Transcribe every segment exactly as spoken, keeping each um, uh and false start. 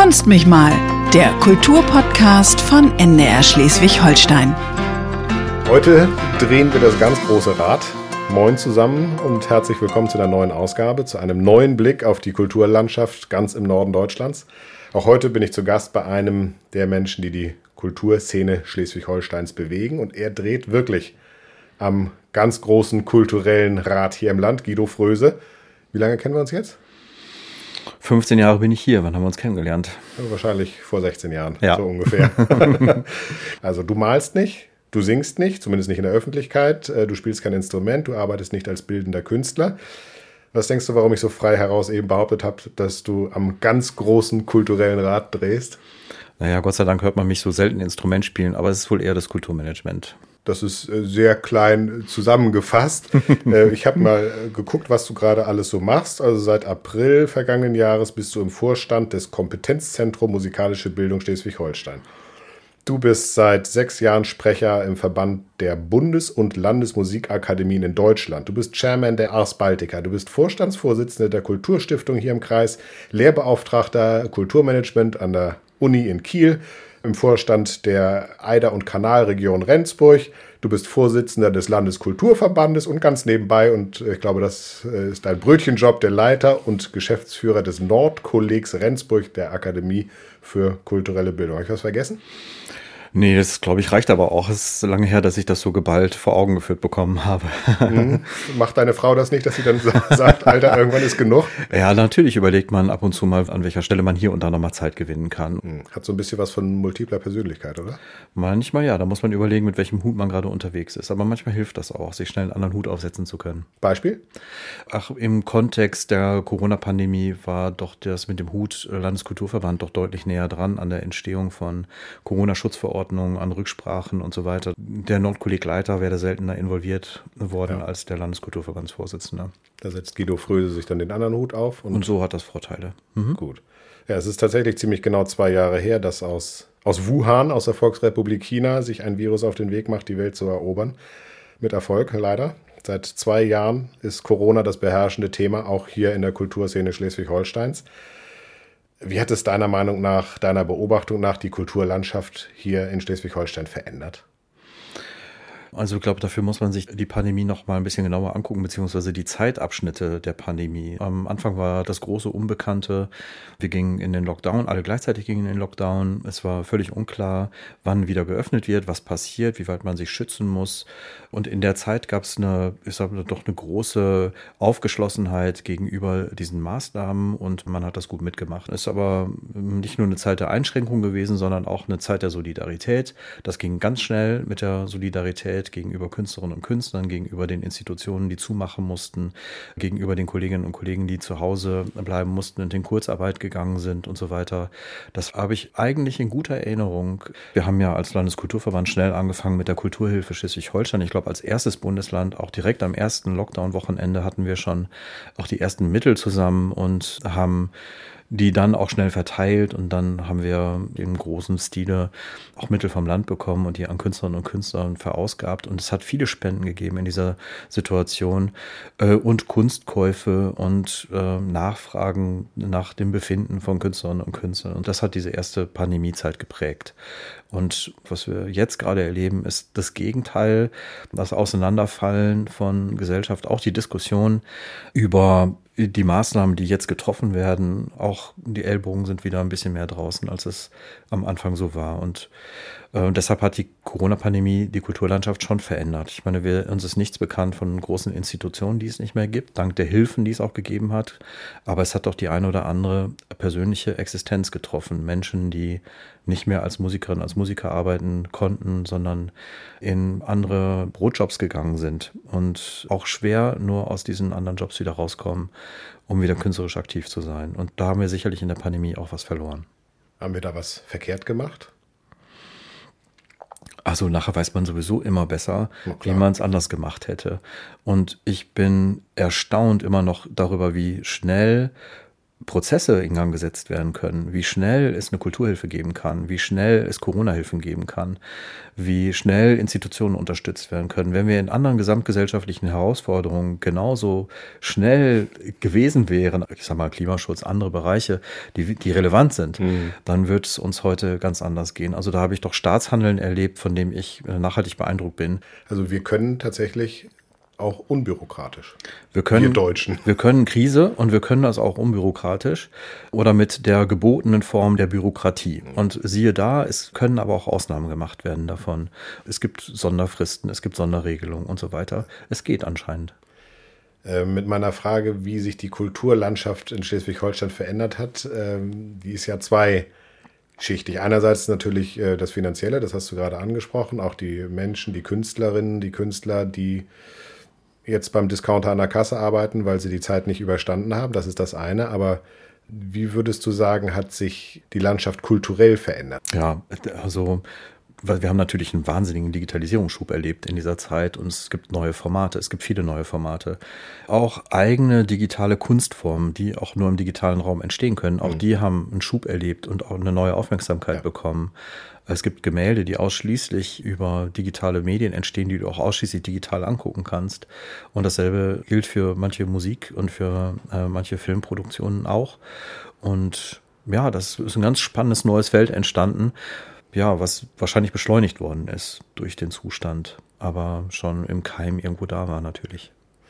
Kunst mich mal, der Kulturpodcast von N D R Schleswig-Holstein. Heute drehen wir das ganz große Rad. Moin zusammen und herzlich willkommen zu einer neuen Ausgabe, zu einem neuen Blick auf die Kulturlandschaft ganz im Norden Deutschlands. Auch heute bin ich zu Gast bei einem der Menschen, die die Kulturszene Schleswig-Holsteins bewegen, und er dreht wirklich am ganz großen kulturellen Rad hier im Land, Guido Fröse. Wie lange kennen wir uns jetzt? fünfzehn Jahre bin ich hier. Wann haben wir uns kennengelernt? Ja, wahrscheinlich vor sechzehn Jahren, ja. So ungefähr. Also du malst nicht, du singst nicht, zumindest nicht in der Öffentlichkeit, du spielst kein Instrument, du arbeitest nicht als bildender Künstler. Was denkst du, warum ich so frei heraus eben behauptet habe, dass du am ganz großen kulturellen Rad drehst? Naja, Gott sei Dank hört man mich so selten Instrument spielen, aber es ist wohl eher das Kulturmanagement. Das ist sehr klein zusammengefasst. Ich habe mal geguckt, was du gerade alles so machst. Also seit April vergangenen Jahres bist du im Vorstand des Kompetenzzentrum Musikalische Bildung Schleswig-Holstein. Du bist seit sechs Jahren Sprecher im Verband der Bundes- und Landesmusikakademien in Deutschland. Du bist Chairman der Ars Baltica. Du bist Vorstandsvorsitzender der Kulturstiftung hier im Kreis, Lehrbeauftragter Kulturmanagement an der Uni in Kiel, im Vorstand der Eider- und Kanalregion Rendsburg. Du bist Vorsitzender des Landeskulturverbandes und ganz nebenbei, und ich glaube, das ist dein Brötchenjob, der Leiter und Geschäftsführer des Nordkollegs Rendsburg der Akademie für kulturelle Bildung. Habe ich was vergessen? Nee, das, glaube ich, reicht aber auch. Es ist lange her, dass ich das so geballt vor Augen geführt bekommen habe. Mhm. Macht deine Frau das nicht, dass sie dann sagt, Alter, irgendwann ist genug? Ja, natürlich überlegt man ab und zu mal, an welcher Stelle man hier und da nochmal Zeit gewinnen kann. Hat so ein bisschen was von multipler Persönlichkeit, oder? Manchmal ja, da muss man überlegen, mit welchem Hut man gerade unterwegs ist. Aber manchmal hilft das auch, sich schnell einen anderen Hut aufsetzen zu können. Beispiel? Ach, im Kontext der Corona-Pandemie war doch das mit dem Hut Landeskulturverband doch deutlich näher dran an der Entstehung von Corona-Schutzverordnungen, an Rücksprachen und so weiter. Der Nordkollegleiter wäre da seltener involviert worden ja. als der Landeskulturverbandsvorsitzende. Da setzt Guido Fröse sich dann den anderen Hut auf. Und, und so hat das Vorteile. Mhm. Gut. Ja, es ist tatsächlich ziemlich genau zwei Jahre her, dass aus, aus Wuhan, aus der Volksrepublik China, sich ein Virus auf den Weg macht, die Welt zu erobern. Mit Erfolg, leider. Seit zwei Jahren ist Corona das beherrschende Thema, auch hier in der Kulturszene Schleswig-Holsteins. Wie hat es deiner Meinung nach, deiner Beobachtung nach, die Kulturlandschaft hier in Schleswig-Holstein verändert? Also ich glaube, dafür muss man sich die Pandemie noch mal ein bisschen genauer angucken, beziehungsweise die Zeitabschnitte der Pandemie. Am Anfang war das große Unbekannte. Wir gingen in den Lockdown, alle gleichzeitig gingen in den Lockdown. Es war völlig unklar, wann wieder geöffnet wird, was passiert, wie weit man sich schützen muss. Und in der Zeit gab es eine, ich sage doch eine große Aufgeschlossenheit gegenüber diesen Maßnahmen, und man hat das gut mitgemacht. Es ist aber nicht nur eine Zeit der Einschränkung gewesen, sondern auch eine Zeit der Solidarität. Das ging ganz schnell mit der Solidarität gegenüber Künstlerinnen und Künstlern, gegenüber den Institutionen, die zumachen mussten, gegenüber den Kolleginnen und Kollegen, die zu Hause bleiben mussten und in Kurzarbeit gegangen sind und so weiter. Das habe ich eigentlich in guter Erinnerung. Wir haben ja als Landeskulturverband schnell angefangen mit der Kulturhilfe Schleswig-Holstein. Ich glaube, als erstes Bundesland, auch direkt am ersten Lockdown-Wochenende hatten wir schon auch die ersten Mittel zusammen und haben die dann auch schnell verteilt, und dann haben wir im großen Stile auch Mittel vom Land bekommen und die an Künstlerinnen und Künstlern verausgabt, und es hat viele Spenden gegeben in dieser Situation äh, und Kunstkäufe und äh, Nachfragen nach dem Befinden von Künstlerinnen und Künstlern, und das hat diese erste Pandemiezeit geprägt. Und was wir jetzt gerade erleben, ist das Gegenteil, das Auseinanderfallen von Gesellschaft, auch die Diskussion über die Maßnahmen, die jetzt getroffen werden. Auch die Ellbogen sind wieder ein bisschen mehr draußen, als es am Anfang so war. Und äh, deshalb hat die Corona-Pandemie die Kulturlandschaft schon verändert. Ich meine, wir, uns ist nichts bekannt von großen Institutionen, die es nicht mehr gibt, dank der Hilfen, die es auch gegeben hat. Aber es hat doch die eine oder andere persönliche Existenz getroffen. Menschen, die nicht mehr als Musikerin, als Musiker arbeiten konnten, sondern in andere Brotjobs gegangen sind und auch schwer nur aus diesen anderen Jobs wieder rauskommen, um wieder künstlerisch aktiv zu sein. Und da haben wir sicherlich in der Pandemie auch was verloren. Haben wir da was verkehrt gemacht? Also nachher weiß man sowieso immer besser, wie man es anders gemacht hätte. Und ich bin erstaunt immer noch darüber, wie schnell Prozesse in Gang gesetzt werden können, wie schnell es eine Kulturhilfe geben kann, wie schnell es Corona-Hilfen geben kann, wie schnell Institutionen unterstützt werden können. Wenn wir in anderen gesamtgesellschaftlichen Herausforderungen genauso schnell gewesen wären, ich sag mal Klimaschutz, andere Bereiche, die, die relevant sind, mhm. dann wird es uns heute ganz anders gehen. Also da habe ich doch Staatshandeln erlebt, von dem ich nachhaltig beeindruckt bin. Also wir können tatsächlich auch unbürokratisch. Wir können, wir Deutschen. Wir können Krise und wir können das auch unbürokratisch oder mit der gebotenen Form der Bürokratie. Und siehe da, es können aber auch Ausnahmen gemacht werden davon. Es gibt Sonderfristen, es gibt Sonderregelungen und so weiter. Es geht anscheinend. Äh, mit meiner Frage, wie sich die Kulturlandschaft in Schleswig-Holstein verändert hat, äh, die ist ja zweischichtig. Einerseits natürlich äh, das Finanzielle, das hast du gerade angesprochen, auch die Menschen, die Künstlerinnen, die Künstler, die jetzt beim Discounter an der Kasse arbeiten, weil sie die Zeit nicht überstanden haben. Das ist das eine. Aber wie würdest du sagen, hat sich die Landschaft kulturell verändert? Ja, also wir haben natürlich einen wahnsinnigen Digitalisierungsschub erlebt in dieser Zeit und es gibt neue Formate, es gibt viele neue Formate. Auch eigene digitale Kunstformen, die auch nur im digitalen Raum entstehen können, auch mhm. die haben einen Schub erlebt und auch eine neue Aufmerksamkeit ja. bekommen. Es gibt Gemälde, die ausschließlich über digitale Medien entstehen, die du auch ausschließlich digital angucken kannst. Und dasselbe gilt für manche Musik und für äh, manche Filmproduktionen auch. Und ja, das ist ein ganz spannendes neues Feld entstanden, ja, was wahrscheinlich beschleunigt worden ist durch den Zustand, aber schon im Keim irgendwo da war natürlich.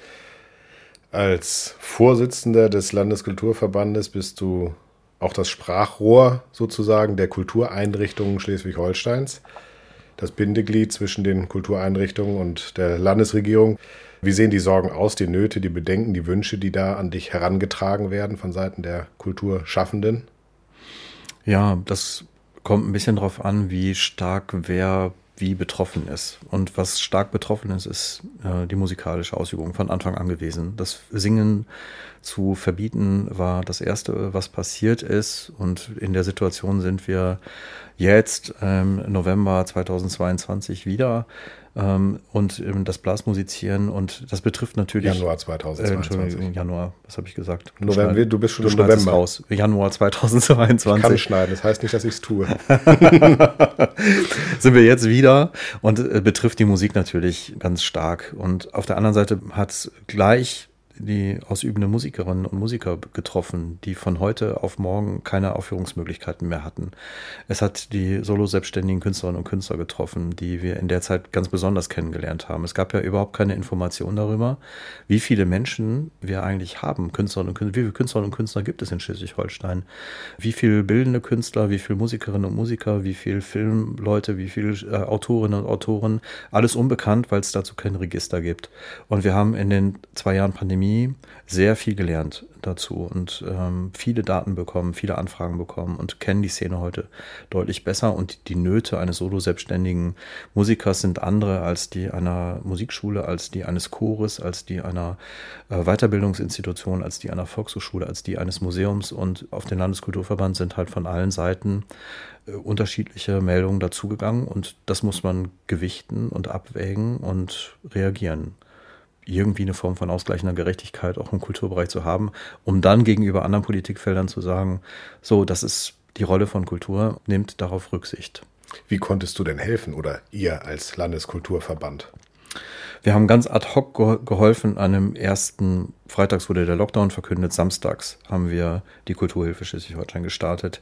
Als Vorsitzender des Landeskulturverbandes bist du auch das Sprachrohr sozusagen der Kultureinrichtungen Schleswig-Holsteins, das Bindeglied zwischen den Kultureinrichtungen und der Landesregierung. Wie sehen die Sorgen aus, die Nöte, die Bedenken, die Wünsche, die da an dich herangetragen werden von Seiten der Kulturschaffenden? Ja, das kommt ein bisschen drauf an, wie stark wer wie betroffen ist. Und was stark betroffen ist, ist äh, die musikalische Ausübung von Anfang an gewesen. Das Singen zu verbieten war das Erste, was passiert ist. Und in der Situation sind wir jetzt im ähm, November zweitausendzweiundzwanzig wieder. Ähm, und ähm, das Blasmusizieren. Und das betrifft natürlich... Januar zweitausendzweiundzwanzig. Äh, Januar, was habe ich gesagt? Du November, du bist schon du im November. Raus. Januar zweitausendzweiundzwanzig. Ich kann schneiden, das heißt nicht, dass ich es tue. Sind wir jetzt wieder und äh, betrifft die Musik natürlich ganz stark. Und auf der anderen Seite hat es gleich die ausübende Musikerinnen und Musiker getroffen, die von heute auf morgen keine Aufführungsmöglichkeiten mehr hatten. Es hat die solo-selbstständigen Künstlerinnen und Künstler getroffen, die wir in der Zeit ganz besonders kennengelernt haben. Es gab ja überhaupt keine Information darüber, wie viele Menschen wir eigentlich haben, Künstlerinnen und Künstler, wie viele Künstlerinnen und Künstler gibt es in Schleswig-Holstein, wie viele bildende Künstler, wie viele Musikerinnen und Musiker, wie viele Filmleute, wie viele äh, Autorinnen und Autoren, alles unbekannt, weil es dazu kein Register gibt. Und wir haben in den zwei Jahren Pandemie sehr viel gelernt dazu und ähm, viele Daten bekommen, viele Anfragen bekommen und kennen die Szene heute deutlich besser. Und die Nöte eines solo-selbstständigen Musikers sind andere als die einer Musikschule, als die eines Chores, als die einer äh, Weiterbildungsinstitution, als die einer Volkshochschule, als die eines Museums. Und auf den Landeskulturverband sind halt von allen Seiten äh, unterschiedliche Meldungen dazugegangen und das muss man gewichten und abwägen und reagieren. Irgendwie eine Form von ausgleichender Gerechtigkeit auch im Kulturbereich zu haben, um dann gegenüber anderen Politikfeldern zu sagen, so, das ist die Rolle von Kultur, nehmt darauf Rücksicht. Wie konntest du denn helfen oder ihr als Landeskulturverband? Wir haben ganz ad hoc geholfen. An dem ersten Freitags wurde der Lockdown verkündet, samstags haben wir die Kulturhilfe Schleswig-Holstein gestartet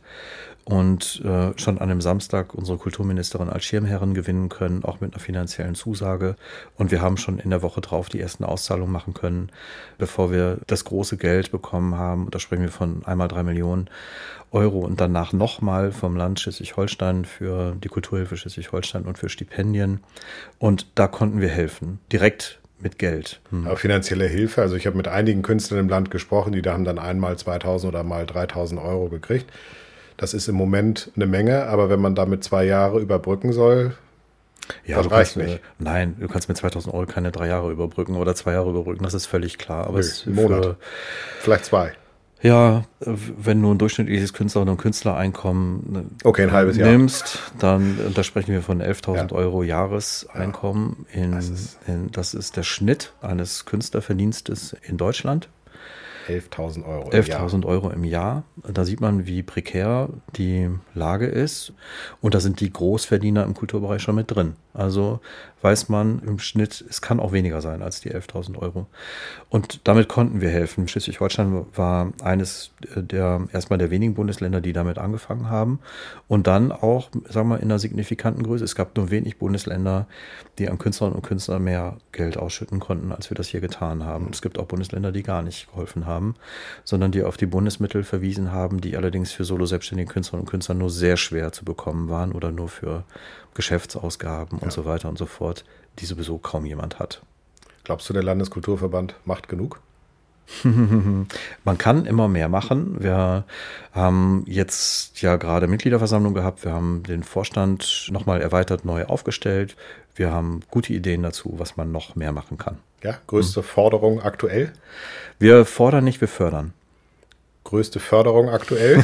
und äh, schon an dem Samstag unsere Kulturministerin als Schirmherrin gewinnen können, auch mit einer finanziellen Zusage. Und wir haben schon in der Woche drauf die ersten Auszahlungen machen können, bevor wir das große Geld bekommen haben. Da sprechen wir von einmal drei Millionen Euro und danach nochmal vom Land Schleswig-Holstein für die Kulturhilfe Schleswig-Holstein und für Stipendien. Und da konnten wir helfen, direkt mit Geld. Hm. Aber finanzielle Hilfe, also ich habe mit einigen Künstlern im Land gesprochen, die da haben dann einmal zweitausend oder mal dreitausend Euro gekriegt. Das ist im Moment eine Menge, aber wenn man damit zwei Jahre überbrücken soll, ja, das reicht nicht. Nein, du kannst mit zweitausend Euro keine drei Jahre überbrücken oder zwei Jahre überbrücken, das ist völlig klar. Aber Nö, es einen Monat, für, vielleicht zwei. Ja, wenn du ein durchschnittliches Künstlerinnen- und Künstlereinkommen okay, ein halbes Jahr. nimmst, dann da sprechen wir von elftausend ja. Euro Jahreseinkommen. Ja, in, das, ist in, das ist der Schnitt eines Künstlerverdienstes in Deutschland. elftausend Euro im Jahr. elftausend Euro im Jahr. Da sieht man, wie prekär die Lage ist. Und da sind die Großverdiener im Kulturbereich schon mit drin. Also weiß man im Schnitt, es kann auch weniger sein als die elftausend Euro. Und damit konnten wir helfen. Schleswig-Holstein war eines der, erstmal der wenigen Bundesländer, die damit angefangen haben. Und dann auch, sagen wir mal, in einer signifikanten Größe. Es gab nur wenig Bundesländer, die an Künstlerinnen und Künstler mehr Geld ausschütten konnten, als wir das hier getan haben. Es gibt auch Bundesländer, die gar nicht geholfen haben, sondern die auf die Bundesmittel verwiesen haben, die allerdings für solo-selbstständige Künstlerinnen und Künstler nur sehr schwer zu bekommen waren oder nur für Geschäftsausgaben ja. und so weiter und so fort, die sowieso kaum jemand hat. Glaubst du, der Landeskulturverband macht genug? Man kann immer mehr machen. Wir haben jetzt ja gerade Mitgliederversammlung gehabt. Wir haben den Vorstand nochmal erweitert neu aufgestellt. Wir haben gute Ideen dazu, was man noch mehr machen kann. Ja, größte hm. Forderung aktuell? Wir fordern nicht, wir fördern. Größte Förderung aktuell?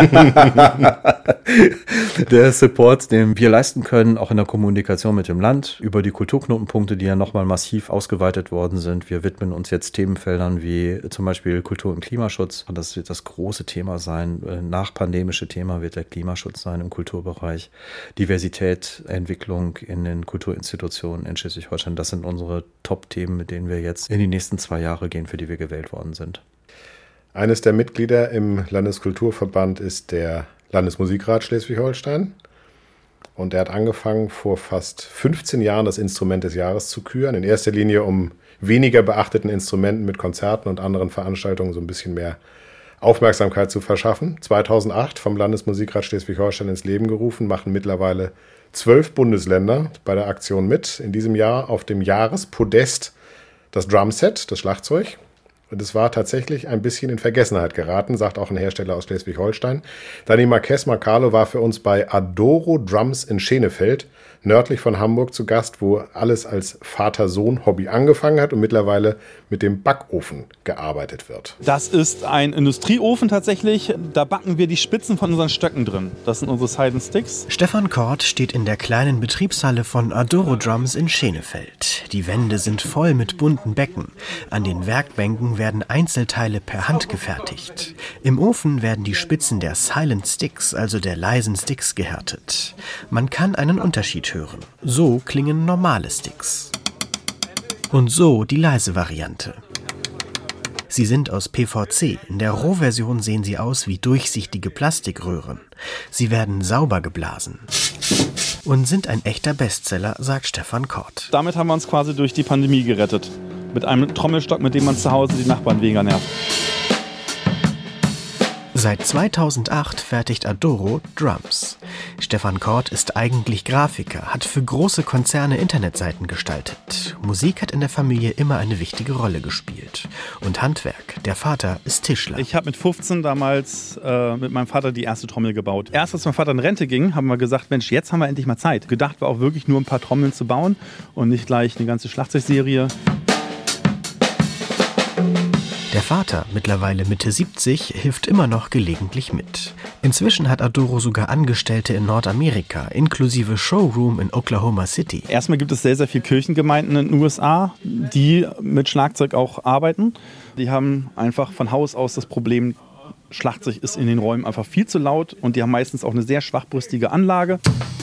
Der Support, den wir leisten können, auch in der Kommunikation mit dem Land, über die Kulturknotenpunkte, die ja nochmal massiv ausgeweitet worden sind. Wir widmen uns jetzt Themenfeldern wie zum Beispiel Kultur- und Klimaschutz. Das wird das große Thema sein. Nachpandemische Thema wird der Klimaschutz sein im Kulturbereich. Diversität, Entwicklung in den Kulturinstitutionen in Schleswig-Holstein. Das sind unsere Top-Themen, mit denen wir jetzt in die nächsten zwei Jahre gehen, für die wir gewählt worden sind. Eines der Mitglieder im Landeskulturverband ist der Landesmusikrat Schleswig-Holstein. Und er hat angefangen, vor fast fünfzehn Jahren das Instrument des Jahres zu küren. In erster Linie, um weniger beachteten Instrumenten mit Konzerten und anderen Veranstaltungen so ein bisschen mehr Aufmerksamkeit zu verschaffen. zweitausendacht vom Landesmusikrat Schleswig-Holstein ins Leben gerufen, machen mittlerweile zwölf Bundesländer bei der Aktion mit. In diesem Jahr auf dem Jahrespodest das Drumset, das Schlagzeug. Und es war tatsächlich ein bisschen in Vergessenheit geraten, sagt auch ein Hersteller aus Schleswig-Holstein. Dani Marquez Marcalo war für uns bei Adoro Drums in Schenefeld, nördlich von Hamburg, zu Gast, wo alles als Vater-Sohn-Hobby angefangen hat und mittlerweile mit dem Backofen gearbeitet wird. Das ist ein Industrieofen tatsächlich. Da backen wir die Spitzen von unseren Stöcken drin. Das sind unsere Side and Sticks. Stefan Kort steht in der kleinen Betriebshalle von Adoro Drums in Schenefeld. Die Wände sind voll mit bunten Becken. An den Werkbänken werden Einzelteile per Hand gefertigt. Im Ofen werden die Spitzen der Silent Sticks, also der leisen Sticks, gehärtet. Man kann einen Unterschied hören. So klingen normale Sticks. Und so die leise Variante. Sie sind aus P V C. In der Rohversion sehen sie aus wie durchsichtige Plastikröhren. Sie werden sauber geblasen. Und sind ein echter Bestseller, sagt Stefan Kort. Damit haben wir uns quasi durch die Pandemie gerettet. Mit einem Trommelstock, mit dem man zu Hause die Nachbarn weniger nervt. Seit zweitausendacht fertigt Adoro Drums. Stefan Kort ist eigentlich Grafiker, hat für große Konzerne Internetseiten gestaltet. Musik hat in der Familie immer eine wichtige Rolle gespielt. Und Handwerk. Der Vater ist Tischler. Ich habe mit fünfzehn damals äh, mit meinem Vater die erste Trommel gebaut. Erst als mein Vater in Rente ging, haben wir gesagt, Mensch, jetzt haben wir endlich mal Zeit. Gedacht war auch wirklich nur ein paar Trommeln zu bauen und nicht gleich eine ganze Schlagzeugserie. Der Vater, mittlerweile Mitte siebzig, hilft immer noch gelegentlich mit. Inzwischen hat Adoro sogar Angestellte in Nordamerika, inklusive Showroom in Oklahoma City. Erstmal gibt es sehr, sehr viele Kirchengemeinden in den U S A, die mit Schlagzeug auch arbeiten. Die haben einfach von Haus aus das Problem, Schlagzeug ist in den Räumen einfach viel zu laut und die haben meistens auch eine sehr schwachbrüstige Anlage.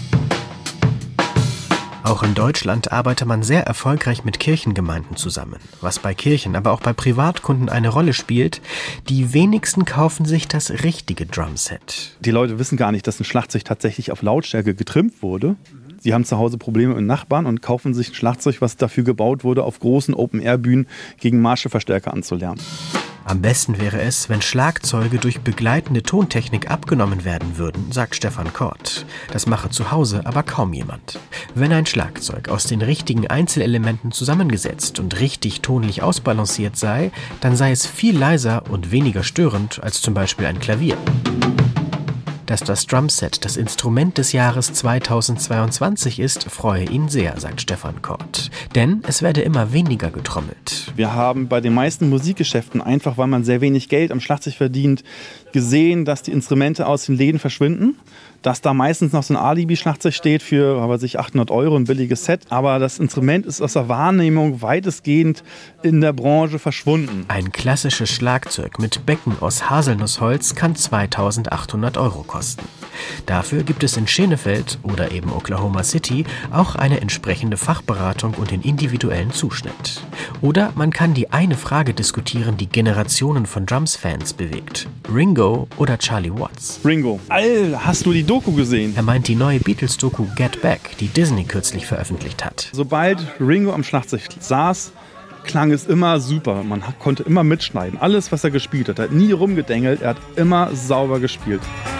Auch in Deutschland arbeitet man sehr erfolgreich mit Kirchengemeinden zusammen. Was bei Kirchen, aber auch bei Privatkunden eine Rolle spielt, die wenigsten kaufen sich das richtige Drumset. Die Leute wissen gar nicht, dass ein Schlagzeug tatsächlich auf Lautstärke getrimmt wurde. Sie haben zu Hause Probleme mit Nachbarn und kaufen sich ein Schlagzeug, was dafür gebaut wurde, auf großen Open-Air-Bühnen gegen Marscheverstärker anzulernen. Am besten wäre es, wenn Schlagzeuge durch begleitende Tontechnik abgenommen werden würden, sagt Stefan Kort. Das mache zu Hause aber kaum jemand. Wenn ein Schlagzeug aus den richtigen Einzelelementen zusammengesetzt und richtig tonlich ausbalanciert sei, dann sei es viel leiser und weniger störend als zum Beispiel ein Klavier. Dass das Drumset das Instrument des Jahres zweitausendzweiundzwanzig ist, freue ihn sehr, sagt Stefan Kort. Denn es werde immer weniger getrommelt. Wir haben bei den meisten Musikgeschäften, einfach weil man sehr wenig Geld am Schlagzeug verdient, gesehen, dass die Instrumente aus den Läden verschwinden. Dass da meistens noch so ein Alibi-Schlagzeug steht für, aber sich achthundert Euro, ein billiges Set. Aber das Instrument ist aus der Wahrnehmung weitestgehend in der Branche verschwunden. Ein klassisches Schlagzeug mit Becken aus Haselnussholz kann zweitausendachthundert Euro kosten. Dafür gibt es in Schenefeld oder eben Oklahoma City auch eine entsprechende Fachberatung und den individuellen Zuschnitt. Oder man kann die eine Frage diskutieren, die Generationen von Drums-Fans bewegt. Ringo oder Charlie Watts? Ringo. All, hast du die Doku gesehen? Er meint die neue Beatles-Doku Get Back, die Disney kürzlich veröffentlicht hat. Sobald Ringo am Schlagzeug saß, klang es immer super. Man konnte immer mitschneiden. Alles, was er gespielt hat. Er hat nie rumgedengelt, er hat immer sauber gespielt.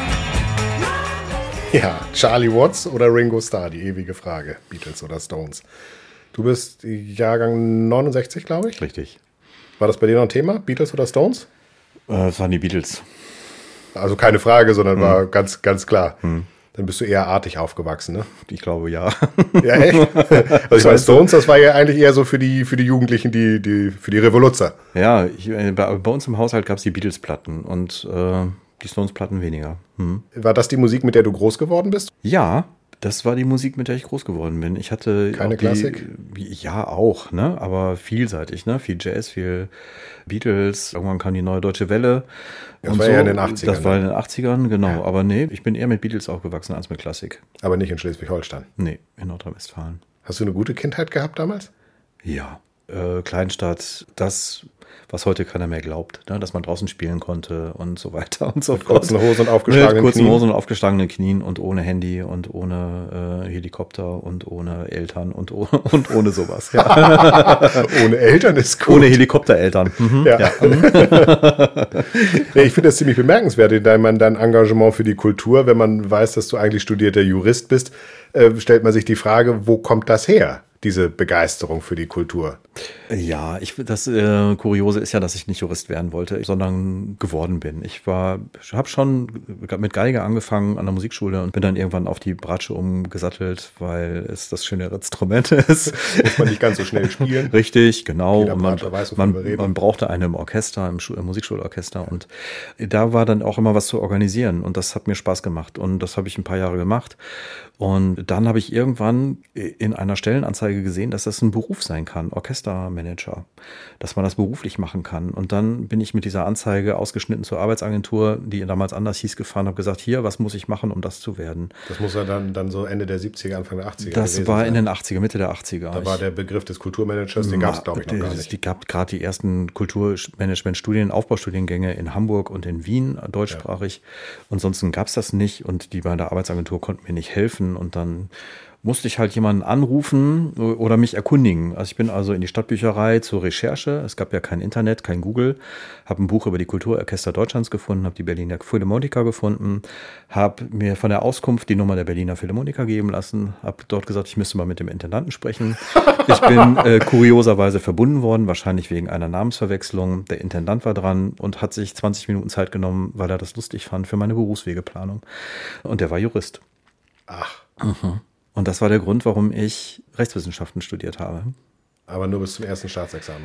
Ja, Charlie Watts oder Ringo Starr, die ewige Frage. Beatles oder Stones. Du bist Jahrgang neunundsechzig, glaube ich. Richtig. War das bei dir noch ein Thema? Beatles oder Stones? Äh, es waren die Beatles. Also keine Frage, sondern hm. war ganz, ganz klar. Hm. Dann bist du eher artig aufgewachsen, ne? Ich glaube, ja. Ja, echt? Also ich meine, Stones, das war ja eigentlich eher so für die, für die Jugendlichen, die, die, für die Revoluzzer. Ja, ich, bei, bei uns im Haushalt gab es die Beatles-Platten und äh, die Stones-Platten weniger. Hm. War das die Musik, mit der du groß geworden bist? Ja, das war die Musik, mit der ich groß geworden bin. Ich hatte keine auch die, Klassik? Ja, auch, ne? Aber vielseitig, ne? Viel Jazz, viel Beatles. Irgendwann kam die Neue Deutsche Welle. Das und war so. ja in den achtzigern. Das war in den achtzigern, genau. Ja. Aber nee, ich bin eher mit Beatles aufgewachsen als mit Klassik. Aber nicht in Schleswig-Holstein? Nee, in Nordrhein-Westfalen. Hast du eine gute Kindheit gehabt damals? Ja, äh, Kleinstadt, das, was heute keiner mehr glaubt, ne? Dass man draußen spielen konnte und so weiter und so mit kurzen Hosen und aufgeschlagenen mit kurzen Knien. Hosen und aufgeschlagenen Knien und ohne Handy und ohne äh, Helikopter und ohne Eltern und, oh, und ohne sowas. Ja. Ohne Eltern ist gut. Ohne Helikoptereltern. Mhm. Ja. Ja. Nee, ich finde das ziemlich bemerkenswert, dein, dein Engagement für die Kultur. Wenn man weiß, dass du eigentlich studierter Jurist bist, äh, stellt man sich die Frage, wo kommt das her? Diese Begeisterung für die Kultur. Ja, ich, das äh, Kuriose ist ja, dass ich nicht Jurist werden wollte, sondern geworden bin. Ich war, habe schon mit Geige angefangen an der Musikschule und bin dann irgendwann auf die Bratsche umgesattelt, weil es das schönere Instrument ist. Muss man nicht ganz so schnell spielen. Richtig, genau. Jeder und man, weiß, man, man brauchte eine im Orchester, im, Schu- im Musikschulorchester. Und da war dann auch immer was zu organisieren. Und das hat mir Spaß gemacht. Und das habe ich ein paar Jahre gemacht. Und dann habe ich irgendwann in einer Stellenanzeige gesehen, dass das ein Beruf sein kann, Orchestermanager, dass man das beruflich machen kann. Und dann bin ich mit dieser Anzeige ausgeschnitten zur Arbeitsagentur, die damals anders hieß, gefahren, habe gesagt, hier, was muss ich machen, um das zu werden? Das muss ja dann, dann so Ende der siebziger, Anfang der achtziger Das gewesen war sein. in den achtziger, Mitte der achtziger. Da war der Begriff des Kulturmanagers, den gab es, glaube ich, noch gar nicht. Die gab gerade die ersten Kulturmanagement-Studien, Aufbaustudiengänge in Hamburg und in Wien, deutschsprachig. Ja. Ansonsten gab es das nicht und die bei der Arbeitsagentur konnten mir nicht helfen. Und dann musste ich halt jemanden anrufen oder mich erkundigen. Also ich bin also in die Stadtbücherei zur Recherche. Es gab ja kein Internet, kein Google. Habe ein Buch über die Kulturorchester Deutschlands gefunden, habe die Berliner Philharmoniker gefunden, habe mir von der Auskunft die Nummer der Berliner Philharmoniker geben lassen, habe dort gesagt, ich müsste mal mit dem Intendanten sprechen. Ich bin äh, kurioserweise verbunden worden, wahrscheinlich wegen einer Namensverwechslung. Der Intendant war dran und hat sich zwanzig Minuten Zeit genommen, weil er das lustig fand für meine Berufswegeplanung. Und der war Jurist. Ach. Mhm. Und das war der Grund, warum ich Rechtswissenschaften studiert habe. Aber nur bis zum ersten Staatsexamen.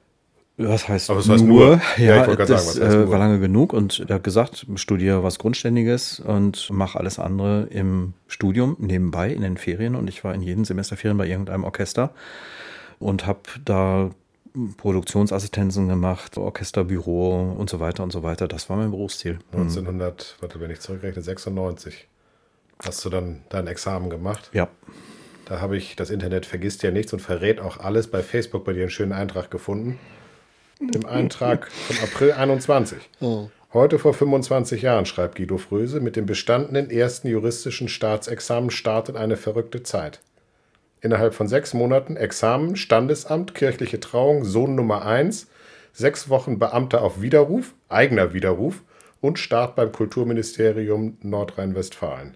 Das heißt, Aber das heißt nur, nur. Ja, Ja, ich wollte gerade das sagen, was heißt äh, nur? war lange genug und er hat gesagt, studiere was Grundständiges und mach alles andere im Studium nebenbei in den Ferien. Und ich war in jeden Semesterferien bei irgendeinem Orchester und habe da Produktionsassistenzen gemacht, Orchesterbüro und so weiter und so weiter. Das war mein Berufsziel. neunzehnhundert, warte, wenn ich zurückrechne, sechsundneunzig. Hast du dann dein Examen gemacht? Ja. Da habe ich, das Internet vergisst ja nichts und verrät auch alles, bei Facebook bei dir einen schönen Eintrag gefunden. Im Eintrag von April einundzwanzig. Oh. Heute vor fünfundzwanzig Jahren, schreibt Guido Fröse, mit dem bestandenen ersten juristischen Staatsexamen startet eine verrückte Zeit. Innerhalb von sechs Monaten Examen, Standesamt, kirchliche Trauung, Sohn Nummer eins, sechs Wochen Beamter auf Widerruf, eigener Widerruf und Start beim Kulturministerium Nordrhein-Westfalen.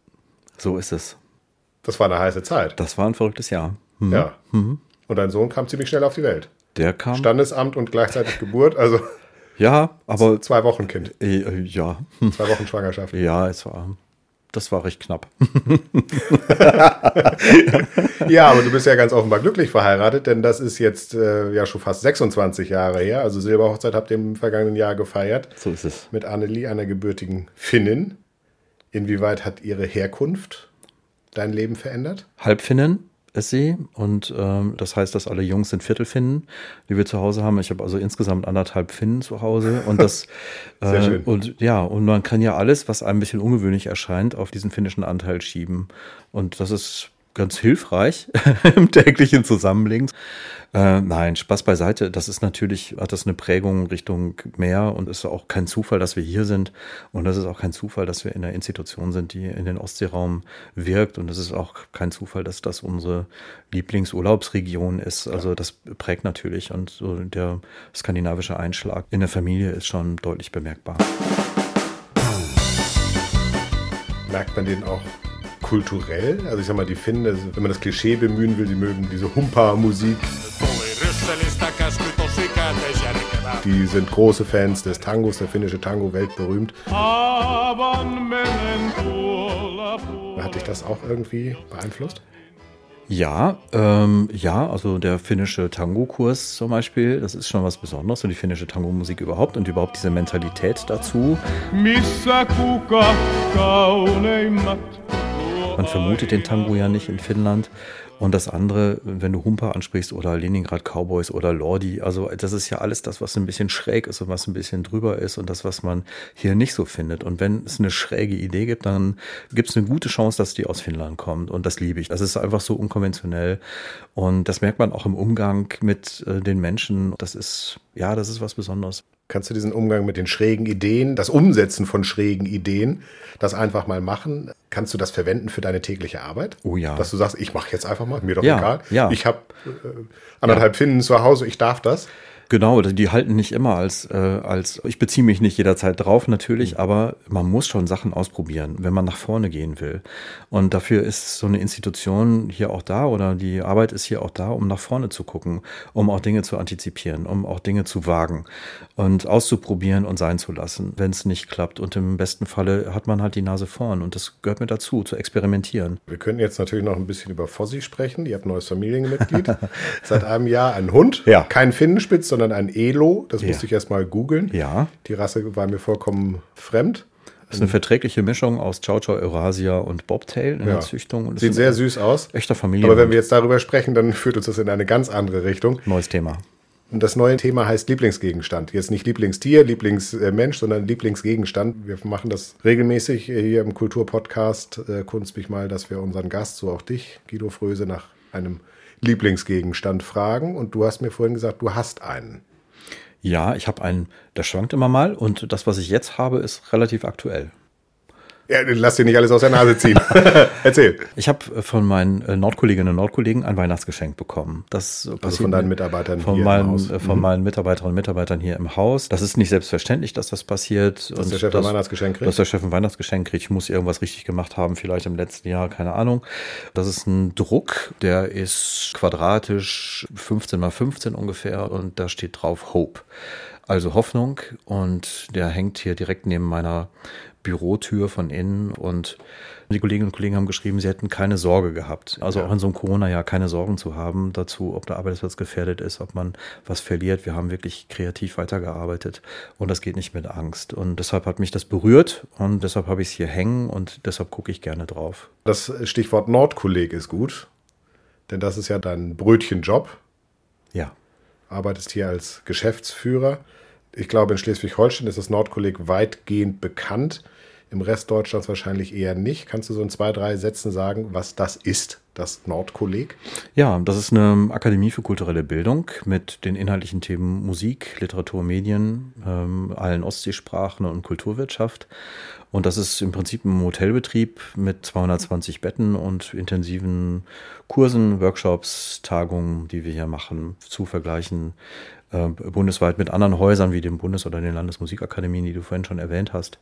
So ist es. Das war eine heiße Zeit. Das war ein verrücktes Jahr. Mhm. Ja. Mhm. Und dein Sohn kam ziemlich schnell auf die Welt. Der kam. Standesamt und gleichzeitig Geburt, also. Ja, aber... Zwei Wochen Kind. Äh, ja. Zwei Wochen Schwangerschaft. Ja, es war... Das war recht knapp. Ja, aber du bist ja ganz offenbar glücklich verheiratet, denn das ist jetzt äh, ja schon fast sechsundzwanzig Jahre her. Also Silberhochzeit habt ihr im vergangenen Jahr gefeiert. So ist es. Mit Annelie, einer gebürtigen Finnin. Inwieweit hat ihre Herkunft dein Leben verändert? Halbfinnen ist sie und ähm, das heißt, dass alle Jungs sind Viertelfinnen, die wir zu Hause haben. Ich habe also insgesamt anderthalb Finnen zu Hause und das Sehr äh, schön. Und ja, und man kann ja alles, was einem ein bisschen ungewöhnlich erscheint, auf diesen finnischen Anteil schieben und das ist ganz hilfreich im täglichen Zusammenleben. Äh, nein, Spaß beiseite. Das ist natürlich, hat das eine Prägung Richtung Meer und ist auch kein Zufall, dass wir hier sind. Und das ist auch kein Zufall, dass wir in einer Institution sind, die in den Ostseeraum wirkt. Und das ist auch kein Zufall, dass das unsere Lieblingsurlaubsregion ist. Also das prägt natürlich. Und so der skandinavische Einschlag in der Familie ist schon deutlich bemerkbar. Merkt man den auch kulturell? Also ich sag mal, die Finnen, wenn man das Klischee bemühen will, die mögen diese Humpa-Musik. Die sind große Fans des Tangos, der finnische Tango, weltberühmt. Hat dich das auch irgendwie beeinflusst? Ja, ähm, ja, also der finnische Tango-Kurs zum Beispiel, das ist schon was Besonderes und die finnische Tango-Musik überhaupt und überhaupt diese Mentalität dazu. Man vermutet den Tango ja nicht in Finnland. Und das andere, wenn du Humpa ansprichst oder Leningrad Cowboys oder Lordi, also das ist ja alles das, was ein bisschen schräg ist und was ein bisschen drüber ist und das, was man hier nicht so findet. Und wenn es eine schräge Idee gibt, dann gibt es eine gute Chance, dass die aus Finnland kommt und das liebe ich. Das ist einfach so unkonventionell und das merkt man auch im Umgang mit äh, den Menschen. Das ist, ja, das ist was Besonderes. Kannst du diesen Umgang mit den schrägen Ideen, das Umsetzen von schrägen Ideen, das einfach mal machen? Kannst du das verwenden für deine tägliche Arbeit? Oh ja. Dass du sagst, ich mache jetzt einfach mal, mir doch Ja, egal. ja. Ich habe äh, anderthalb Finnen zu Hause, ich darf das. Genau, die halten nicht immer als, äh, als ich beziehe mich nicht jederzeit drauf natürlich, mhm. aber man muss schon Sachen ausprobieren, wenn man nach vorne gehen will. Und dafür ist so eine Institution hier auch da oder die Arbeit ist hier auch da, um nach vorne zu gucken, um auch Dinge zu antizipieren, um auch Dinge zu wagen und auszuprobieren und sein zu lassen, wenn es nicht klappt. Und im besten Falle hat man halt die Nase vorn und das gehört mir dazu, zu experimentieren. Wir können jetzt natürlich noch ein bisschen über Fossi sprechen. Ihr habt ein neues Familienmitglied. Seit einem Jahr ein Hund, ja. Kein Finnenspitz, sondern ein Elo. Das Ja. musste ich erst mal googeln. Ja. Die Rasse war mir vollkommen fremd. Das ist eine verträgliche Mischung aus Chow Chow Eurasia und Bobtail in Ja. der Züchtung. Und Sieht sehr süß aus. Echter Familie. Aber wenn wir jetzt darüber sprechen, dann führt uns das in eine ganz andere Richtung. Neues Thema. Und das neue Thema heißt Lieblingsgegenstand. Jetzt nicht Lieblingstier, Lieblingsmensch, sondern Lieblingsgegenstand. Wir machen das regelmäßig hier im Kulturpodcast äh, Kunst mich mal, dass wir unseren Gast, so auch dich, Guido Fröse, nach einem Lieblingsgegenstand fragen. Und du hast mir vorhin gesagt, du hast einen. Ja, ich habe einen, der schwankt immer mal und das, was ich jetzt habe, ist relativ aktuell. Ja, lass dir nicht alles aus der Nase ziehen. Erzähl. Ich habe von meinen Nordkolleginnen und Nordkollegen ein Weihnachtsgeschenk bekommen. Das also von deinen Mitarbeitern von hier meinen, im Haus. Von mhm. meinen Mitarbeiterinnen und Mitarbeitern hier im Haus. Das ist nicht selbstverständlich, dass das passiert. Dass der Chef ein Weihnachtsgeschenk kriegt? Dass der Chef ein Weihnachtsgeschenk kriegt. Ich muss irgendwas richtig gemacht haben, vielleicht im letzten Jahr, keine Ahnung. Das ist ein Druck, der ist quadratisch fünfzehn mal fünfzehn ungefähr und da steht drauf Hope. Also Hoffnung und der hängt hier direkt neben meiner Bürotür von innen und die Kolleginnen und Kollegen haben geschrieben, sie hätten keine Sorge gehabt. Also ja. auch in so einem Corona-Jahr keine Sorgen zu haben dazu, ob der Arbeitsplatz gefährdet ist, ob man was verliert. Wir haben wirklich kreativ weitergearbeitet und das geht nicht mit Angst. Und deshalb hat mich das berührt und deshalb habe ich es hier hängen und deshalb gucke ich gerne drauf. Das Stichwort Nordkolleg ist gut, denn das ist ja dein Brötchenjob. Ja. Arbeitest hier als Geschäftsführer. Ich glaube, in Schleswig-Holstein ist das Nordkolleg weitgehend bekannt. Im Rest Deutschlands wahrscheinlich eher nicht. Kannst du so in zwei, drei Sätzen sagen, was das ist, das Nordkolleg? Ja, das ist eine Akademie für kulturelle Bildung mit den inhaltlichen Themen Musik, Literatur, Medien, ähm, allen Ostseesprachen und Kulturwirtschaft. Und das ist im Prinzip ein Hotelbetrieb mit zweihundertzwanzig Betten und intensiven Kursen, Workshops, Tagungen, die wir hier machen, zu vergleichen äh, bundesweit mit anderen Häusern wie dem Bundes- oder den Landesmusikakademien, die du vorhin schon erwähnt hast.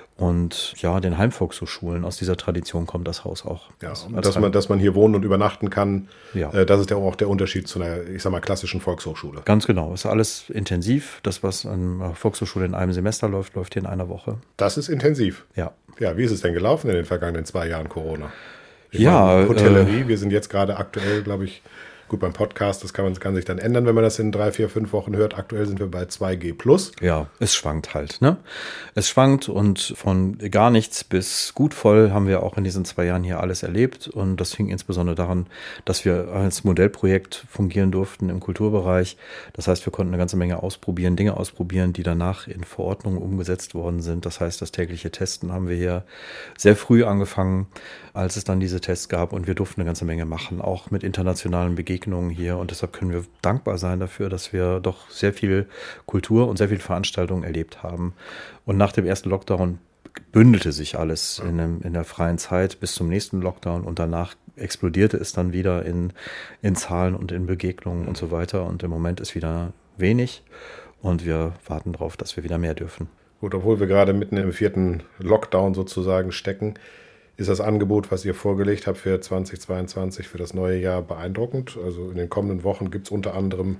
Und ja, den Heimvolkshochschulen, aus dieser Tradition kommt das Haus auch. Ja, als, und als dass man, dass man hier wohnen und übernachten kann, ja. äh, das ist ja auch der Unterschied zu einer, ich sag mal, klassischen Volkshochschule. Ganz genau, ist alles intensiv. Das, was an der Volkshochschule in einem Semester läuft, läuft hier in einer Woche. Das ist intensiv. Ja. Ja, wie ist es denn gelaufen in den vergangenen zwei Jahren Corona? Ich ja, meine, Hotellerie, äh, wir sind jetzt gerade aktuell, glaube ich, gut, beim Podcast, das kann, man, kann sich dann ändern, wenn man das in drei, vier, fünf Wochen hört. Aktuell sind wir bei zwei G plus. Ja, es schwankt halt, ne? Es schwankt und von gar nichts bis gut voll haben wir auch in diesen zwei Jahren hier alles erlebt. Und das fing insbesondere daran, dass wir als Modellprojekt fungieren durften im Kulturbereich. Das heißt, wir konnten eine ganze Menge ausprobieren, Dinge ausprobieren, die danach in Verordnungen umgesetzt worden sind. Das heißt, das tägliche Testen haben wir hier sehr früh angefangen, als es dann diese Tests gab. Und wir durften eine ganze Menge machen, auch mit internationalen Begegnungen hier, und deshalb können wir dankbar sein dafür, dass wir doch sehr viel Kultur und sehr viel Veranstaltungen erlebt haben. Und nach dem ersten Lockdown bündelte sich alles in, einem, in der freien Zeit bis zum nächsten Lockdown, und danach explodierte es dann wieder in, in Zahlen und in Begegnungen und so weiter, und im Moment ist wieder wenig und wir warten darauf, dass wir wieder mehr dürfen. Gut, obwohl wir gerade mitten im vierten Lockdown sozusagen stecken, ist das Angebot, was ihr vorgelegt habt für zweitausendzweiundzwanzig, für das neue Jahr, beeindruckend. Also in den kommenden Wochen gibt es unter anderem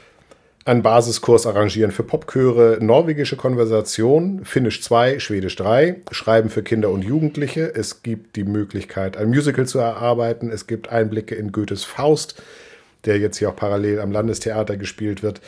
einen Basiskurs arrangieren für Popchöre, norwegische Konversation, Finnisch zwei, Schwedisch drei, Schreiben für Kinder und Jugendliche. Es gibt die Möglichkeit, ein Musical zu erarbeiten. Es gibt Einblicke in Goethes Faust, der jetzt hier auch parallel am Landestheater gespielt wird.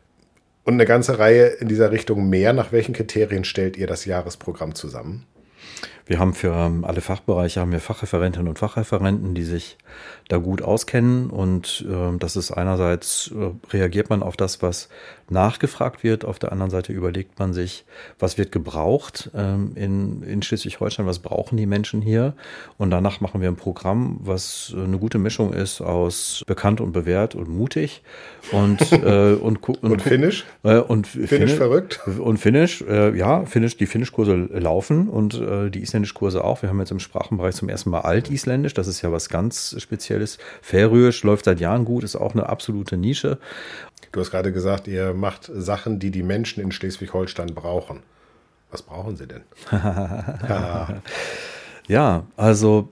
Und eine ganze Reihe in dieser Richtung mehr. Nach welchen Kriterien stellt ihr das Jahresprogramm zusammen? Wir haben für alle Fachbereiche haben wir Fachreferentinnen und Fachreferenten, die sich da gut auskennen, und äh, das ist einerseits, äh, reagiert man auf das, was nachgefragt wird, auf der anderen Seite überlegt man sich, was wird gebraucht ähm, in, in Schleswig-Holstein, was brauchen die Menschen hier, und danach machen wir ein Programm, was eine gute Mischung ist aus bekannt und bewährt und mutig und äh, und, und, und Finnisch äh, und Finnisch Finnisch verrückt und Finnisch, äh, ja, Finnisch, die Finnischkurse laufen und äh, die Isländischkurse auch. Wir haben jetzt im Sprachenbereich zum ersten Mal Altisländisch, das ist ja was ganz Spezielles. Färöisch läuft seit Jahren gut, ist auch eine absolute Nische. Du hast gerade gesagt, ihr macht Sachen, die die Menschen in Schleswig-Holstein brauchen. Was brauchen sie denn? ja. ja, also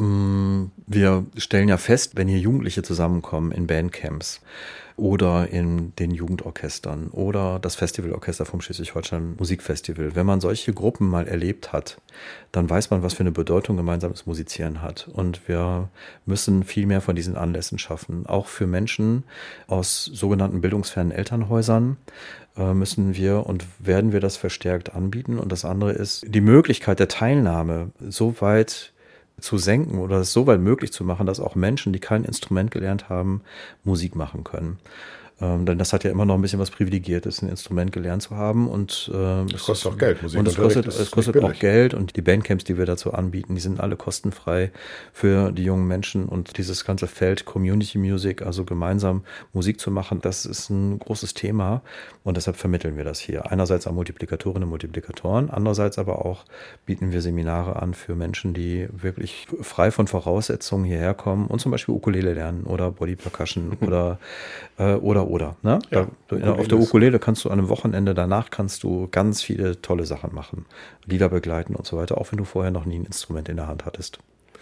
mh, wir stellen ja fest, wenn hier Jugendliche zusammenkommen in Bandcamps oder in den Jugendorchestern oder das Festivalorchester vom Schleswig-Holstein Musikfestival. Wenn man solche Gruppen mal erlebt hat, dann weiß man, was für eine Bedeutung gemeinsames Musizieren hat. Und wir müssen viel mehr von diesen Anlässen schaffen. Auch für Menschen aus sogenannten bildungsfernen Elternhäusern äh, müssen wir und werden wir das verstärkt anbieten. Und das andere ist, die Möglichkeit der Teilnahme so weit zu senken oder es so weit möglich zu machen, dass auch Menschen, die kein Instrument gelernt haben, Musik machen können. Ähm, denn das hat ja immer noch ein bisschen was Privilegiertes, ein Instrument gelernt zu haben. Und äh, das kostet auch Geld. Musik und es kostet, es kostet auch Geld. Und die Bandcamps, die wir dazu anbieten, die sind alle kostenfrei für die jungen Menschen. Und dieses ganze Feld Community Music, also gemeinsam Musik zu machen, das ist ein großes Thema. Und deshalb vermitteln wir das hier. Einerseits an Multiplikatorinnen und Multiplikatoren, andererseits aber auch bieten wir Seminare an für Menschen, die wirklich frei von Voraussetzungen hierher kommen und zum Beispiel Ukulele lernen oder Body Percussion oder äh, oder oder. Ne? Ja, da, auf der Ukulele kannst du an einem Wochenende danach kannst du ganz viele tolle Sachen machen, Lieder begleiten und so weiter, auch wenn du vorher noch nie ein Instrument in der Hand hattest.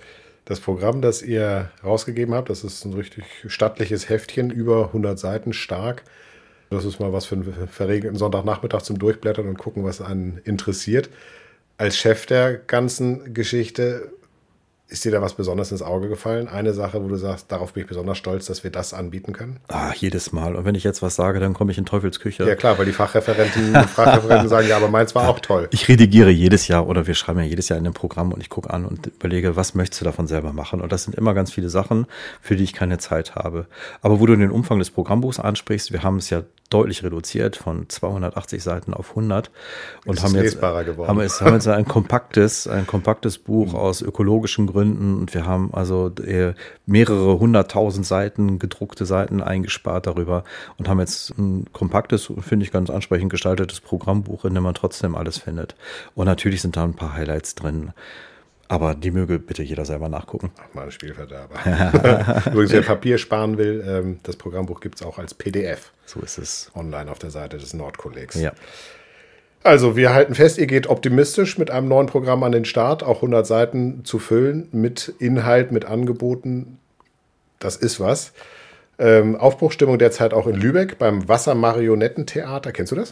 Das Programm, das ihr rausgegeben habt, das ist ein richtig stattliches Heftchen, über hundert Seiten stark. Das ist mal was für einen verregneten Sonntagnachmittag zum Durchblättern und gucken, was einen interessiert. Als Chef der ganzen Geschichte, ist dir da was Besonderes ins Auge gefallen? Eine Sache, wo du sagst, darauf bin ich besonders stolz, dass wir das anbieten können? Ah, jedes Mal. Und wenn ich jetzt was sage, dann komme ich in Teufelsküche. Ja klar, weil die Fachreferenten und Fachreferenten sagen, ja, aber meins war auch toll. Ich redigiere jedes Jahr oder wir schreiben ja jedes Jahr in einem Programm und ich gucke an und überlege, was möchtest du davon selber machen? Und das sind immer ganz viele Sachen, für die ich keine Zeit habe. Aber wo du den Umfang des Programmbuchs ansprichst, wir haben es ja deutlich reduziert von zweihundertachtzig Seiten auf hundert und haben jetzt, haben, jetzt, haben jetzt ein kompaktes, ein kompaktes Buch aus ökologischen Gründen und wir haben also mehrere hunderttausend Seiten, gedruckte Seiten eingespart darüber und haben jetzt ein kompaktes, finde ich ganz ansprechend gestaltetes Programmbuch, in dem man trotzdem alles findet. Und natürlich sind da ein paar Highlights drin. Aber die möge bitte jeder selber nachgucken. Ach, mal ein Spielverderber. Übrigens, wer Papier sparen will, ähm, das Programmbuch gibt es auch als P D F. So ist es. Online auf der Seite des Nordkollegs. Ja. Also, wir halten fest, ihr geht optimistisch mit einem neuen Programm an den Start, auch hundert Seiten zu füllen, mit Inhalt, mit Angeboten. Das ist was. Ähm, Aufbruchstimmung derzeit auch in Lübeck beim Wassermarionettentheater. Kennst du das?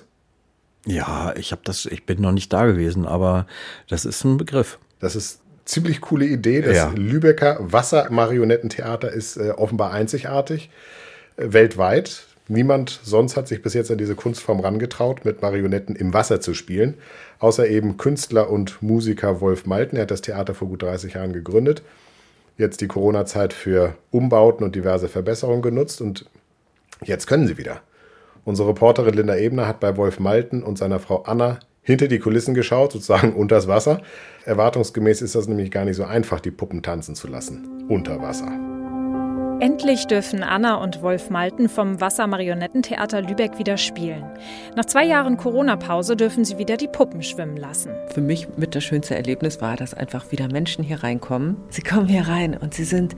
Ja, ich habe das, ich bin noch nicht da gewesen, aber das ist ein Begriff. Das ist ziemlich coole Idee. Das Ja. Lübecker Wassermarionettentheater ist äh, offenbar einzigartig, äh, weltweit. Niemand sonst hat sich bis jetzt an diese Kunstform rangetraut, mit Marionetten im Wasser zu spielen, außer eben Künstler und Musiker Wolf Malten. Er hat das Theater vor gut dreißig Jahren gegründet, jetzt die Corona-Zeit für Umbauten und diverse Verbesserungen genutzt und jetzt können sie wieder. Unsere Reporterin Linda Ebner hat bei Wolf Malten und seiner Frau Anna hinter die Kulissen geschaut, sozusagen unters Wasser. Erwartungsgemäß ist das nämlich gar nicht so einfach, die Puppen tanzen zu lassen, unter Wasser. Endlich dürfen Anna und Wolf Malten vom Wassermarionettentheater Lübeck wieder spielen. Nach zwei Jahren Corona-Pause dürfen sie wieder die Puppen schwimmen lassen. Für mich mit das schönste Erlebnis war, dass einfach wieder Menschen hier reinkommen. Sie kommen hier rein und sie sind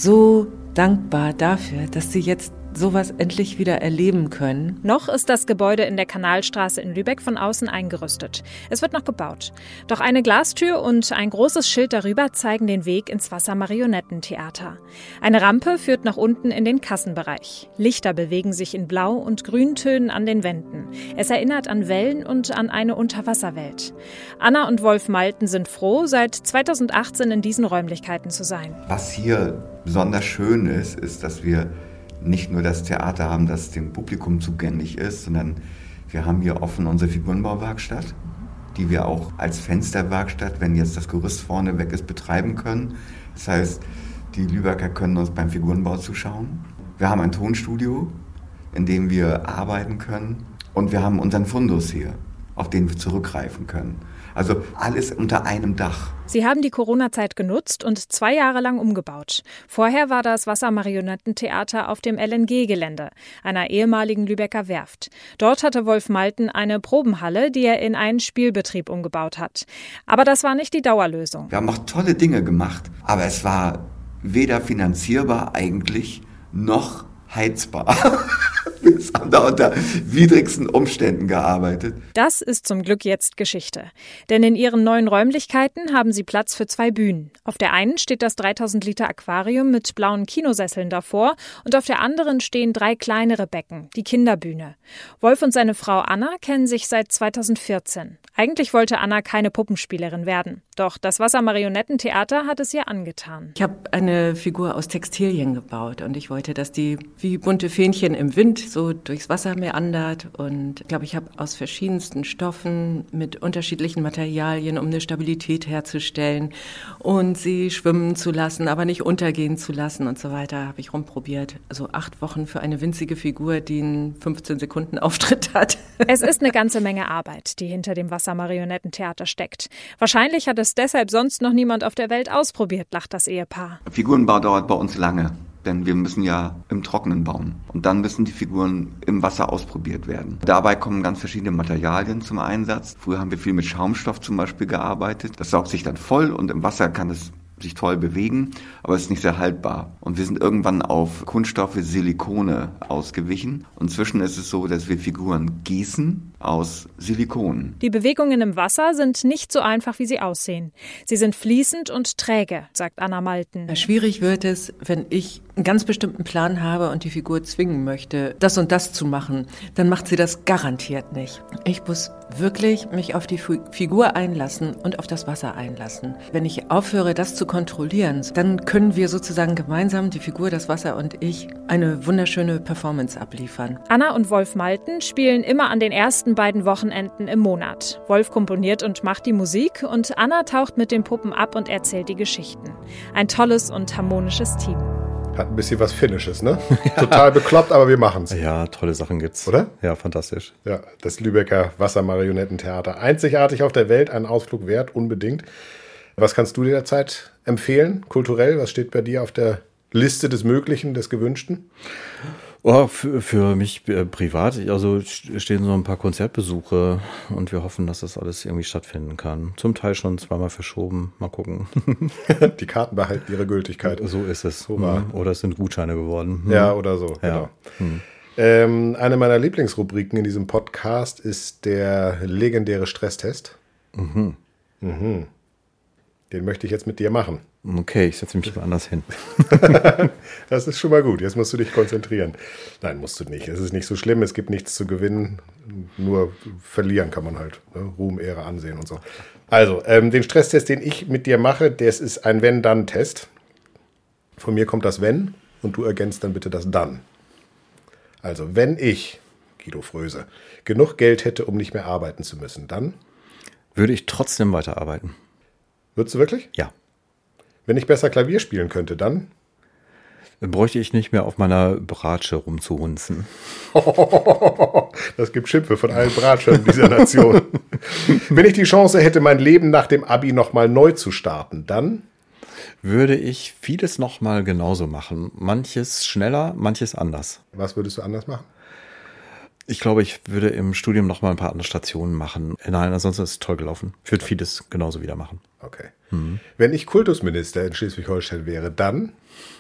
so dankbar dafür, dass sie jetzt sowas endlich wieder erleben können. Noch ist das Gebäude in der Kanalstraße in Lübeck von außen eingerüstet. Es wird noch gebaut. Doch eine Glastür und ein großes Schild darüber zeigen den Weg ins Wassermarionettentheater. Eine Rampe führt nach unten in den Kassenbereich. Lichter bewegen sich in Blau- und Grüntönen an den Wänden. Es erinnert an Wellen und an eine Unterwasserwelt. Anna und Wolf Malten sind froh, seit zweitausendachtzehn in diesen Räumlichkeiten zu sein. Was hier besonders schön ist, ist, dass wir nicht nur das Theater haben, das dem Publikum zugänglich ist, sondern wir haben hier offen unsere Figurenbauwerkstatt, die wir auch als Fensterwerkstatt, wenn jetzt das Gerüst vorne weg ist, betreiben können. Das heißt, die Lübecker können uns beim Figurenbau zuschauen. Wir haben ein Tonstudio, in dem wir arbeiten können. Und wir haben unseren Fundus hier, auf den wir zurückgreifen können. Also alles unter einem Dach. Sie haben die Corona-Zeit genutzt und zwei Jahre lang umgebaut. Vorher war das Wassermarionettentheater auf dem L N G-Gelände, einer ehemaligen Lübecker Werft. Dort hatte Wolf Malten eine Probenhalle, die er in einen Spielbetrieb umgebaut hat. Aber das war nicht die Dauerlösung. Wir haben auch tolle Dinge gemacht, aber es war weder finanzierbar eigentlich, noch heizbar. Wir haben da unter widrigsten Umständen gearbeitet. Das ist zum Glück jetzt Geschichte. Denn in ihren neuen Räumlichkeiten haben sie Platz für zwei Bühnen. Auf der einen steht das dreitausend Liter Aquarium mit blauen Kinosesseln davor und auf der anderen stehen drei kleinere Becken, die Kinderbühne. Wolf und seine Frau Anna kennen sich seit zweitausendvierzehn. Eigentlich wollte Anna keine Puppenspielerin werden. Doch das Wassermarionettentheater hat es ihr angetan. Ich habe eine Figur aus Textilien gebaut und ich wollte, dass die wie bunte Fähnchen im Wind so durchs Wasser meandert. Und ich glaube, ich habe aus verschiedensten Stoffen mit unterschiedlichen Materialien, um eine Stabilität herzustellen und sie schwimmen zu lassen, aber nicht untergehen zu lassen und so weiter, habe ich rumprobiert. Also acht Wochen für eine winzige Figur, die einen fünfzehn Sekunden Auftritt hat. Es ist eine ganze Menge Arbeit, die hinter dem Wassermarionettentheater steckt. Wahrscheinlich hat es deshalb sonst noch niemand auf der Welt ausprobiert, lacht das Ehepaar. Figurenbau dauert bei uns lange, denn wir müssen ja im Trockenen bauen. Und dann müssen die Figuren im Wasser ausprobiert werden. Dabei kommen ganz verschiedene Materialien zum Einsatz. Früher haben wir viel mit Schaumstoff zum Beispiel gearbeitet. Das saugt sich dann voll und im Wasser kann es sich toll bewegen, aber es ist nicht sehr haltbar. Und wir sind irgendwann auf Kunststoffe, Silikone ausgewichen. Und inzwischen ist es so, dass wir Figuren gießen aus Silikon. Die Bewegungen im Wasser sind nicht so einfach, wie sie aussehen. Sie sind fließend und träge, sagt Anna Malten. Schwierig wird es, wenn ich einen ganz bestimmten Plan habe und die Figur zwingen möchte, das und das zu machen. Dann macht sie das garantiert nicht. Ich muss wirklich mich auf die Figur einlassen und auf das Wasser einlassen. Wenn ich aufhöre, das zu kontrollieren, dann können wir sozusagen gemeinsam, die Figur, das Wasser und ich, eine wunderschöne Performance abliefern. Anna und Wolf Malten spielen immer an den ersten beiden Wochenenden im Monat. Wolf komponiert und macht die Musik und Anna taucht mit den Puppen ab und erzählt die Geschichten. Ein tolles und harmonisches Team. Hat ein bisschen was Finnisches, ne? Total bekloppt, aber wir machen's. Ja, tolle Sachen gibt's. Oder? Ja, fantastisch. Ja, das Lübecker Wassermarionettentheater. Einzigartig auf der Welt, einen Ausflug wert, unbedingt. Was kannst du dir derzeit empfehlen, kulturell? Was steht bei dir auf der Liste des Möglichen, des Gewünschten? Oh, für, für mich äh, privat, also stehen so ein paar Konzertbesuche und wir hoffen, dass das alles irgendwie stattfinden kann. Zum Teil schon zweimal verschoben, mal gucken. Die Karten behalten ihre Gültigkeit. So ist es. So war. Oder es sind Gutscheine geworden. Ja, oder so. Ja. Genau. Hm. Ähm, eine meiner Lieblingsrubriken in diesem Podcast ist der legendäre Stresstest. Mhm. Mhm. Den möchte ich jetzt mit dir machen. Okay, ich setze mich mal anders hin. Das ist schon mal gut. Jetzt musst du dich konzentrieren. Nein, musst du nicht. Es ist nicht so schlimm. Es gibt nichts zu gewinnen. Nur verlieren kann man halt. Ne? Ruhm, Ehre, Ansehen und so. Also, ähm, den Stresstest, den ich mit dir mache, das ist ein Wenn-Dann-Test. Von mir kommt das Wenn und du ergänzt dann bitte das Dann. Also, wenn ich, Guido Fröse, genug Geld hätte, um nicht mehr arbeiten zu müssen, dann? Würde ich trotzdem weiterarbeiten. Würdest du wirklich? Ja. Wenn ich besser Klavier spielen könnte, dann? Bräuchte ich nicht mehr auf meiner Bratsche rumzuhunzen. Das gibt Schimpfe von allen Bratschern dieser Nation. Wenn ich die Chance hätte, mein Leben nach dem Abi nochmal neu zu starten, dann? Würde ich vieles nochmal genauso machen. Manches schneller, manches anders. Was würdest du anders machen? Ich glaube, ich würde im Studium noch mal ein paar andere Stationen machen. Nein, ansonsten ist es toll gelaufen. Ich würde vieles genauso wieder machen. Okay. Mhm. Wenn ich Kultusminister in Schleswig-Holstein wäre, dann?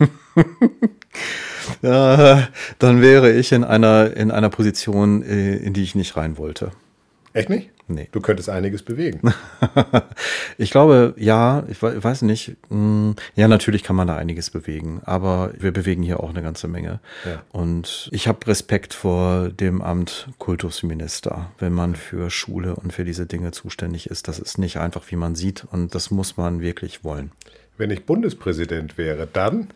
Ja, dann wäre ich in einer, in einer Position, in die ich nicht rein wollte. Echt nicht? Nee. Du könntest einiges bewegen. Ich glaube, ja, ich weiß nicht. Ja, natürlich kann man da einiges bewegen, aber wir bewegen hier auch eine ganze Menge. Ja. Und ich habe Respekt vor dem Amt Kultusminister, wenn man für Schule und für diese Dinge zuständig ist. Das ist nicht einfach, wie man sieht, und das muss man wirklich wollen. Wenn ich Bundespräsident wäre, dann?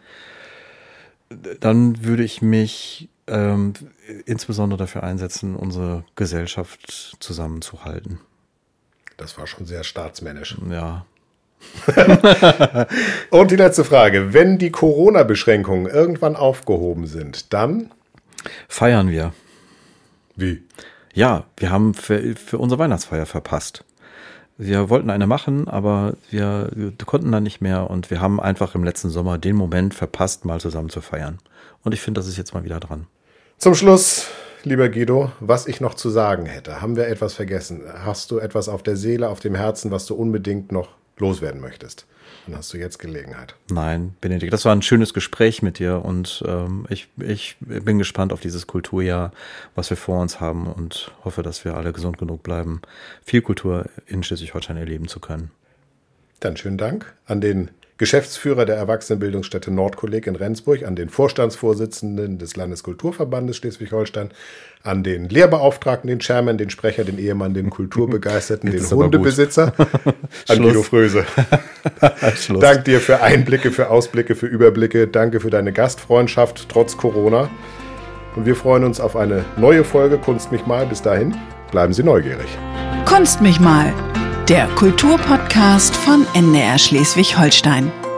Dann würde ich mich ähm, insbesondere dafür einsetzen, unsere Gesellschaft zusammenzuhalten. Das war schon sehr staatsmännisch. Ja. Und die letzte Frage. Wenn die Corona-Beschränkungen irgendwann aufgehoben sind, dann? Feiern wir. Wie? Ja, wir haben für, für unsere Weihnachtsfeier verpasst. Wir wollten eine machen, aber wir, wir konnten dann nicht mehr und wir haben einfach im letzten Sommer den Moment verpasst, mal zusammen zu feiern. Und ich finde, das ist jetzt mal wieder dran. Zum Schluss, lieber Guido, was ich noch zu sagen hätte. Haben wir etwas vergessen? Hast du etwas auf der Seele, auf dem Herzen, was du unbedingt noch loswerden möchtest? Dann hast du jetzt Gelegenheit. Nein, Benedikt, das war ein schönes Gespräch mit dir und ähm, ich, ich bin gespannt auf dieses Kulturjahr, was wir vor uns haben, und hoffe, dass wir alle gesund genug bleiben, viel Kultur in Schleswig-Holstein erleben zu können. Dann schönen Dank an den Geschäftsführer der Erwachsenenbildungsstätte Nordkolleg in Rendsburg, an den Vorstandsvorsitzenden des Landeskulturverbandes Schleswig-Holstein, an den Lehrbeauftragten, den Chairman, den Sprecher, den Ehemann, den Kulturbegeisterten, den Hundebesitzer, an Guido Fröse. Dank dir für Einblicke, für Ausblicke, für Überblicke. Danke für deine Gastfreundschaft trotz Corona. Und wir freuen uns auf eine neue Folge Kunst mich mal. Bis dahin, bleiben Sie neugierig. Kunst mich mal, der Kulturpodcast von N D R Schleswig-Holstein.